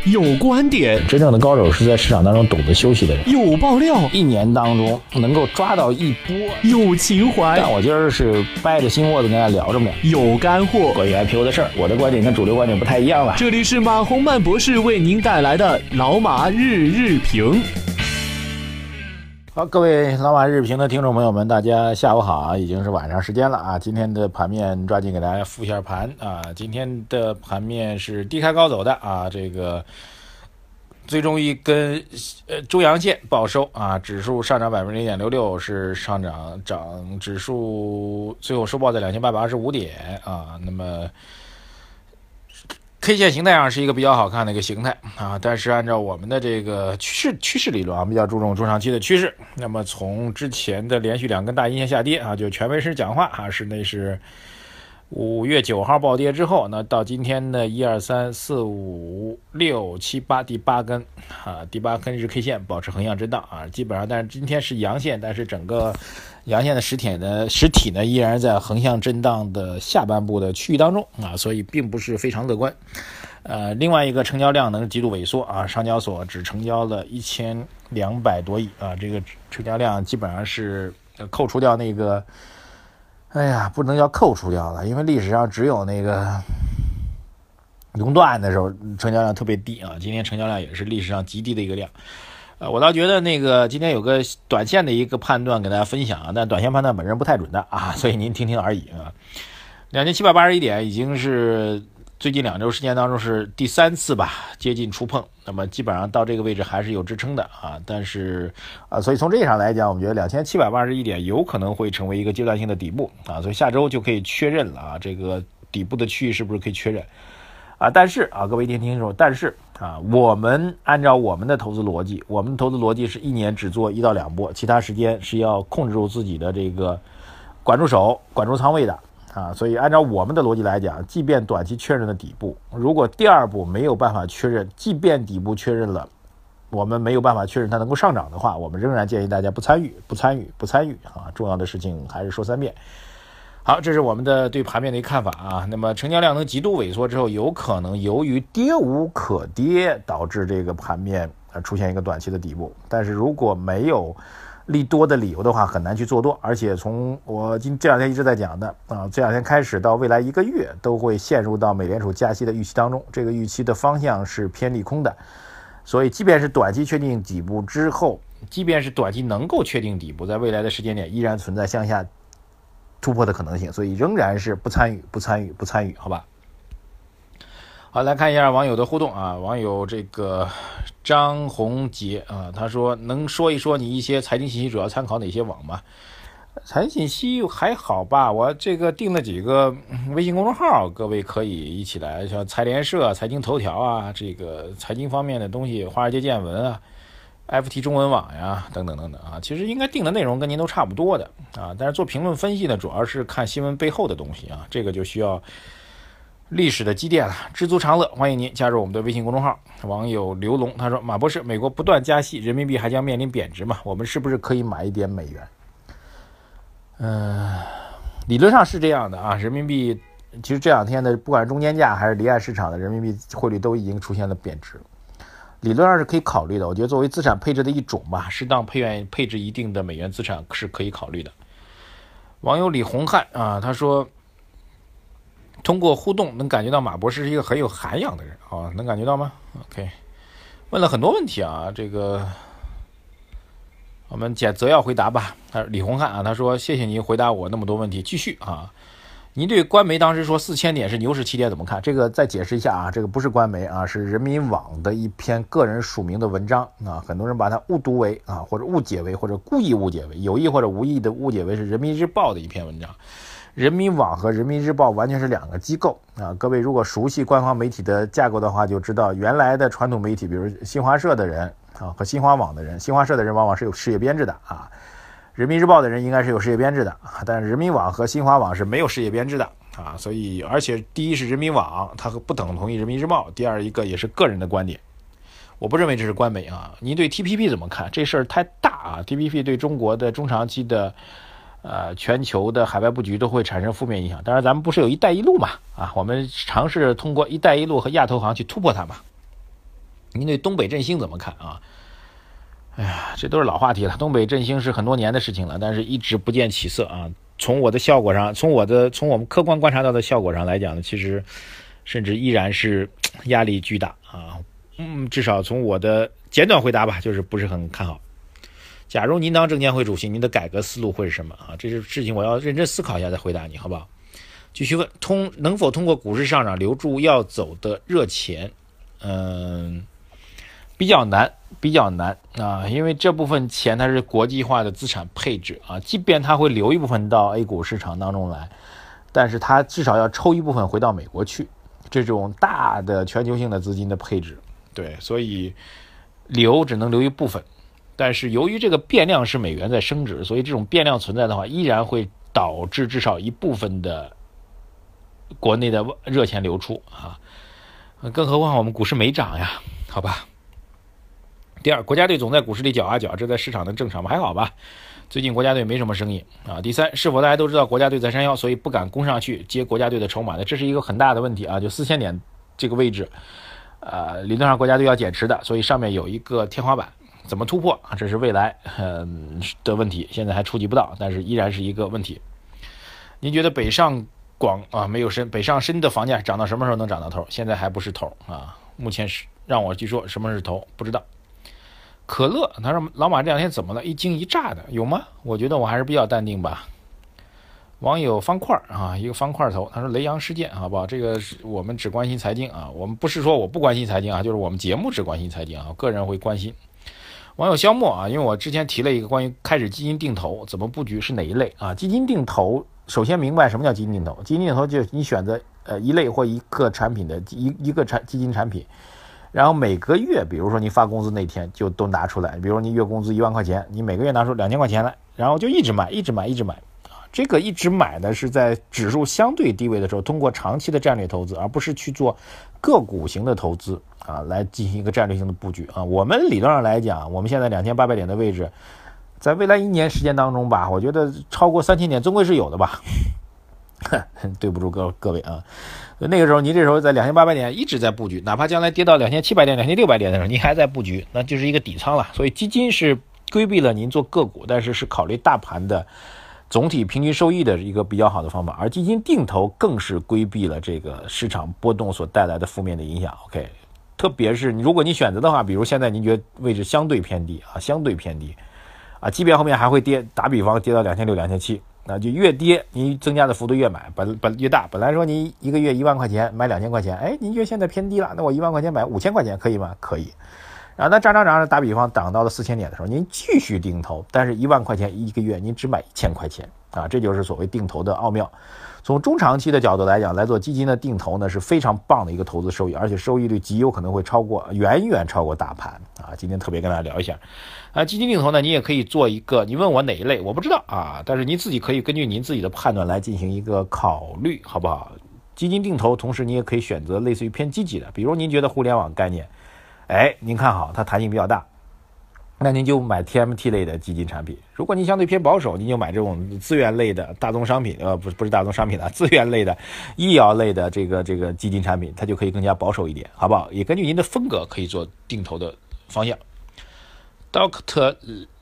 有观点， 真正的高手是在市场当中懂得休息的人。 有爆料， 一年当中能够抓到一波， 有情怀。 但我今儿是掰着心窝子跟大家聊着呢。 有干货， 关于 IPO 的事儿，我的观点跟主流观点不太一样了。 这里是马洪曼博士为您带来的老马日日评。 好，各位老马日评的听众朋友们，大家下午好啊！已经是晚上时间了啊。今天的盘面抓紧给大家复一下盘啊。今天的盘面是低开高走的啊，这个最终一根中阳线报收啊，指数上涨 0.66%， 是上涨指数最后收报在2885点啊。那么K 线形态上是一个比较好看的一个形态啊，但是按照我们的这个趋势理论啊，比较注重中长期的趋势。那么从之前的连续2根大阴线下跌啊，就权威式讲话啊，那是5月9号暴跌之后，那到今天的1、2、3、4、5、6、7、8第8根啊，第8根日 K 线保持横向震荡啊，基本上，但是今天是阳线，但是整个阳线的实体呢依然在横向震荡的下半部的区域当中啊，所以并不是非常乐观。另外一个成交量能极度萎缩啊，上交所只成交了1200多亿啊，这个成交量基本上是扣除掉那个，哎呀，不能叫扣除掉了，因为历史上只有那个熔断的时候成交量特别低啊，今天成交量也是历史上极低的一个量。我倒觉得那个今天有个短线的一个判断给大家分享啊，但短线判断本身不太准的啊，所以您听听而已啊。2781点已经是最近2周时间当中是第3次吧接近触碰，那么基本上到这个位置还是有支撑的啊，但是所以从这一上来讲，我们觉得2781点有可能会成为一个阶段性的底部啊，所以下周就可以确认了啊，这个底部的区域是不是可以确认啊？但是啊，各位听清楚，但是啊，我们按照我们的投资逻辑，我们的投资逻辑是1年只做1到2波，其他时间是要控制住自己的这个管住手、管住仓位的啊。所以按照我们的逻辑来讲，即便短期确认的底部，如果第2步没有办法确认，即便底部确认了，我们没有办法确认它能够上涨的话，我们仍然建议大家不参与啊。重要的事情还是说3遍。好，这是我们的对盘面的一个看法啊。那么成交量能极度萎缩之后，有可能由于跌无可跌，导致这个盘面出现一个短期的底部。但是如果没有利多的理由的话，很难去做多。而且从我这2天一直在讲的啊，这2天开始到未来1个月都会陷入到美联储加息的预期当中，这个预期的方向是偏利空的。所以即便是短期确定底部之后，即便是短期能够确定底部，在未来的时间点依然存在向下突破的可能性，所以仍然是不参与，好吧？好，来看一下网友的互动啊。网友这个张宏杰啊，他说能说一说你一些财经信息主要参考哪些网吗？财经信息还好吧，我这个定了几个微信公众号，各位可以一起来，像财联社、财经头条啊，这个财经方面的东西，华尔街见闻啊。FT 中文网呀，等等啊，其实应该定的内容跟您都差不多的啊，但是做评论分析呢，主要是看新闻背后的东西啊，这个就需要历史的积淀了。知足常乐，欢迎您加入我们的微信公众号。网友刘龙他说：“马博士，美国不断加息，人民币还将面临贬值嘛？我们是不是可以买一点美元？”理论上是这样的啊，人民币其实这2天的不管是中间价还是离岸市场的人民币汇率都已经出现了贬值。理论上是可以考虑的，我觉得作为资产配置的一种吧，适当配置一定的美元资产是可以考虑的。网友李洪汉啊，他说通过互动能感觉到马博士是一个很有涵养的人啊，能感觉到吗 ？OK， 问了很多问题啊，这个我们择要回答吧。李洪汉啊，他说谢谢您回答我那么多问题，继续啊。您对官媒当时说4000点是牛市起点怎么看？这个再解释一下啊，这个不是官媒啊，是人民网的一篇个人署名的文章啊，很多人把它误读为啊，或者误解为，或者故意误解为，有意或者无意的误解为是人民日报的一篇文章。人民网和人民日报完全是2个机构啊，各位如果熟悉官方媒体的架构的话，就知道原来的传统媒体，比如新华社的人啊和新华网的人，新华社的人往往是有事业编制的啊。人民日报的人应该是有事业编制的，但是人民网和新华网是没有事业编制的啊，所以而且第一是人民网，它不等同于人民日报；第二一个也是个人的观点，我不认为这是官媒啊。您对 TPP 怎么看？这事儿太大啊 ，TPP 对中国的中长期的全球的海外布局都会产生负面影响。当然，咱们不是有一带一路嘛啊，我们尝试通过一带一路和亚投行去突破它嘛。 您对东北振兴怎么看啊？哎呀，这都是老话题了。东北振兴是很多年的事情了，但是一直不见起色啊。从我的效果上，从我们客观观察到的效果上来讲呢，其实甚至依然是压力巨大啊。至少从我的简短回答吧，就是不是很看好。假如您当证监会主席，您的改革思路会是什么啊？这是事情我要认真思考一下再回答你，好不好？继续问，能否通过股市上涨留住要走的热钱？比较难啊，因为这部分钱它是国际化的资产配置啊，即便它会留一部分到 A 股市场当中来，但是它至少要抽一部分回到美国去，这种大的全球性的资金的配置，对，所以只能留一部分，但是由于这个变量是美元在升值，所以这种变量存在的话，依然会导致至少一部分的国内的热钱流出啊，更何况我们股市没涨呀，好吧。第二，国家队总在股市里搅啊搅，这在市场的正常吗？还好吧，最近国家队没什么生意啊。第三，是否大家都知道国家队在山腰，所以不敢攻上去接国家队的筹码呢？这是一个很大的问题啊，就4000点这个位置，理论上国家队要减持的，所以上面有一个天花板，怎么突破啊？这是未来的问题，现在还触及不到，但是依然是一个问题。您觉得北上广啊没有深，北上深的房价涨到什么时候能涨到头？现在还不是头啊，目前是让我去说什么是头，不知道。可乐，他说老马这两天怎么了？一惊一乍的，有吗？我觉得我还是比较淡定吧。网友方块啊，一个方块头，他说雷洋事件，好不好？这个是我们只关心财经啊，我们不是说我不关心财经啊，就是我们节目只关心财经啊，我个人会关心。网友肖墨啊，因为我之前提了一个关于开始基金定投怎么布局是哪一类啊？基金定投首先明白什么叫基金定投，基金定投就是你选择一类或一个产品的一个基金产品。然后每个月，比如说你发工资那天就都拿出来，比如说你月工资1万块钱，你每个月拿出2000块钱来，然后就一直买啊。这个一直买的是在指数相对低位的时候，通过长期的战略投资，而不是去做个股型的投资啊，来进行一个战略性的布局啊。我们理论上来讲，我们现在2800点的位置，在未来1年时间当中吧，我觉得超过3000点终归是有的吧。对不住各位啊，那个时候你这时候在2800点一直在布局，哪怕将来跌到2700点、2600点的时候，你还在布局，那就是一个底仓了。所以基金是规避了您做个股，但是考虑大盘的总体平均收益的一个比较好的方法，而基金定投更是规避了这个市场波动所带来的负面的影响。OK， 特别是如果你选择的话，比如现在您觉得位置相对偏低啊，即便后面还会跌，打比方跌到2600、2700。那就越跌，你增加的幅度越买，越大。本来说你一个月1万块钱买2000块钱，哎，您觉得现在偏低了，那我1万块钱买5000块钱可以吗？可以。然后它涨，打比方涨到了4000点的时候，您继续定投，但是1万块钱一个月，您只买1000块钱啊，这就是所谓定投的奥妙。从中长期的角度来讲，来做基金的定投呢是非常棒的一个投资收益，而且收益率极有可能会远远超过大盘啊。今天特别跟大家聊一下基金定投呢，你也可以做一个，你问我哪一类，我不知道啊，但是您自己可以根据您自己的判断来进行一个考虑，好不好？基金定投，同时你也可以选择类似于偏积极的，比如您觉得互联网概念，哎，您看好它弹性比较大，那您就买 TMT 类的基金产品。如果您相对偏保守，您就买这种资源类的大宗商品，不是大宗商品资源类的、医疗类的这个基金产品，它就可以更加保守一点，好不好？也根据您的风格可以做定投的方向。Dr.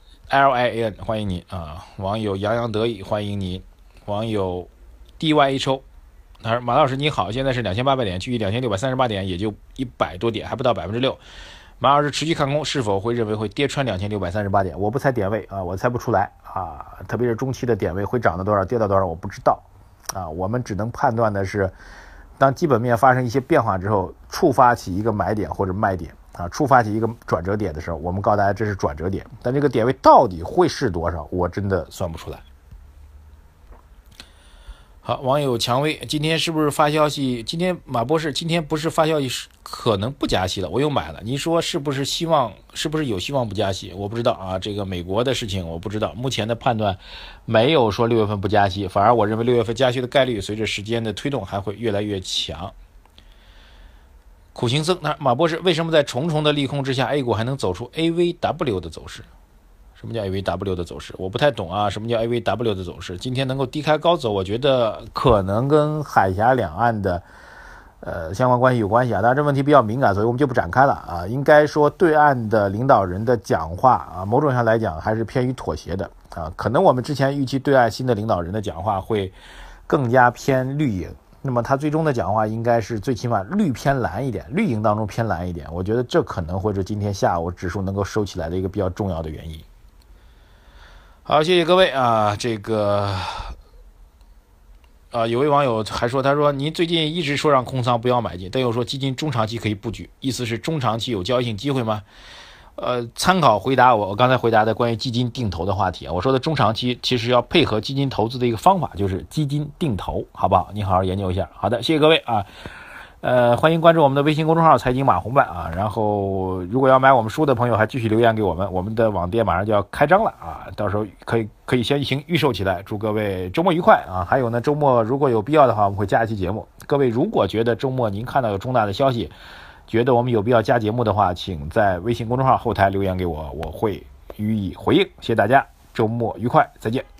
LIN 欢迎你啊！网友洋洋得意欢迎你，网友 DYHO 他说马老师你好，现在是2800点，距离2638点也就100多点，还不到6%。马老师持续看空，是否会认为会跌穿2638点？我不猜点位啊，我猜不出来啊，特别是中期的点位会涨到多少，跌到多少，我不知道啊。我们只能判断的是，当基本面发生一些变化之后，触发起一个买点或者卖点啊，触发起一个转折点的时候，我们告诉大家这是转折点，但这个点位到底会是多少，我真的算不出来。好，网友蔷薇，今天是不是发消息？今天马博士，今天不是发消息，可能不加息了，我又买了。您说是不是有希望不加息？我不知道啊，这个美国的事情我不知道。目前的判断没有说6月份不加息，反而我认为6月份加息的概率随着时间的推动还会越来越强。苦行僧，那马博士为什么在重重的利空之下 A 股还能走出 AVW 的走势？什么叫 AVW 的走势？我不太懂啊，什么叫 AVW 的走势？今天能够低开高走，我觉得可能跟海峡两岸的相关关系有关系啊。当然这问题比较敏感，所以我们就不展开了啊。应该说对岸的领导人的讲话啊，某种上来讲还是偏于妥协的啊。可能我们之前预期对岸新的领导人的讲话会更加偏绿营，那么他最终的讲话应该是最起码绿偏蓝一点，绿营当中偏蓝一点。我觉得这可能会是今天下午指数能够收起来的一个比较重要的原因。好，谢谢各位啊。这个有位网友还说，他说您最近一直说让空仓不要买进，但又说基金中长期可以布局，意思是中长期有交易性机会吗？参考回答我刚才回答的关于基金定投的话题啊，我说的中长期其实要配合基金投资的一个方法，就是基金定投，好不好？你好好研究一下。好的，谢谢各位啊。欢迎关注我们的微信公众号财经马红版啊。然后如果要买我们书的朋友，还继续留言给我们，我们的网店马上就要开张了啊，到时候可以先行预售起来。祝各位周末愉快啊！还有呢，周末如果有必要的话，我们会加一期节目。各位如果觉得周末您看到有重大的消息，觉得我们有必要加节目的话，请在微信公众号后台留言给我，我会予以回应。谢谢大家，周末愉快，再见。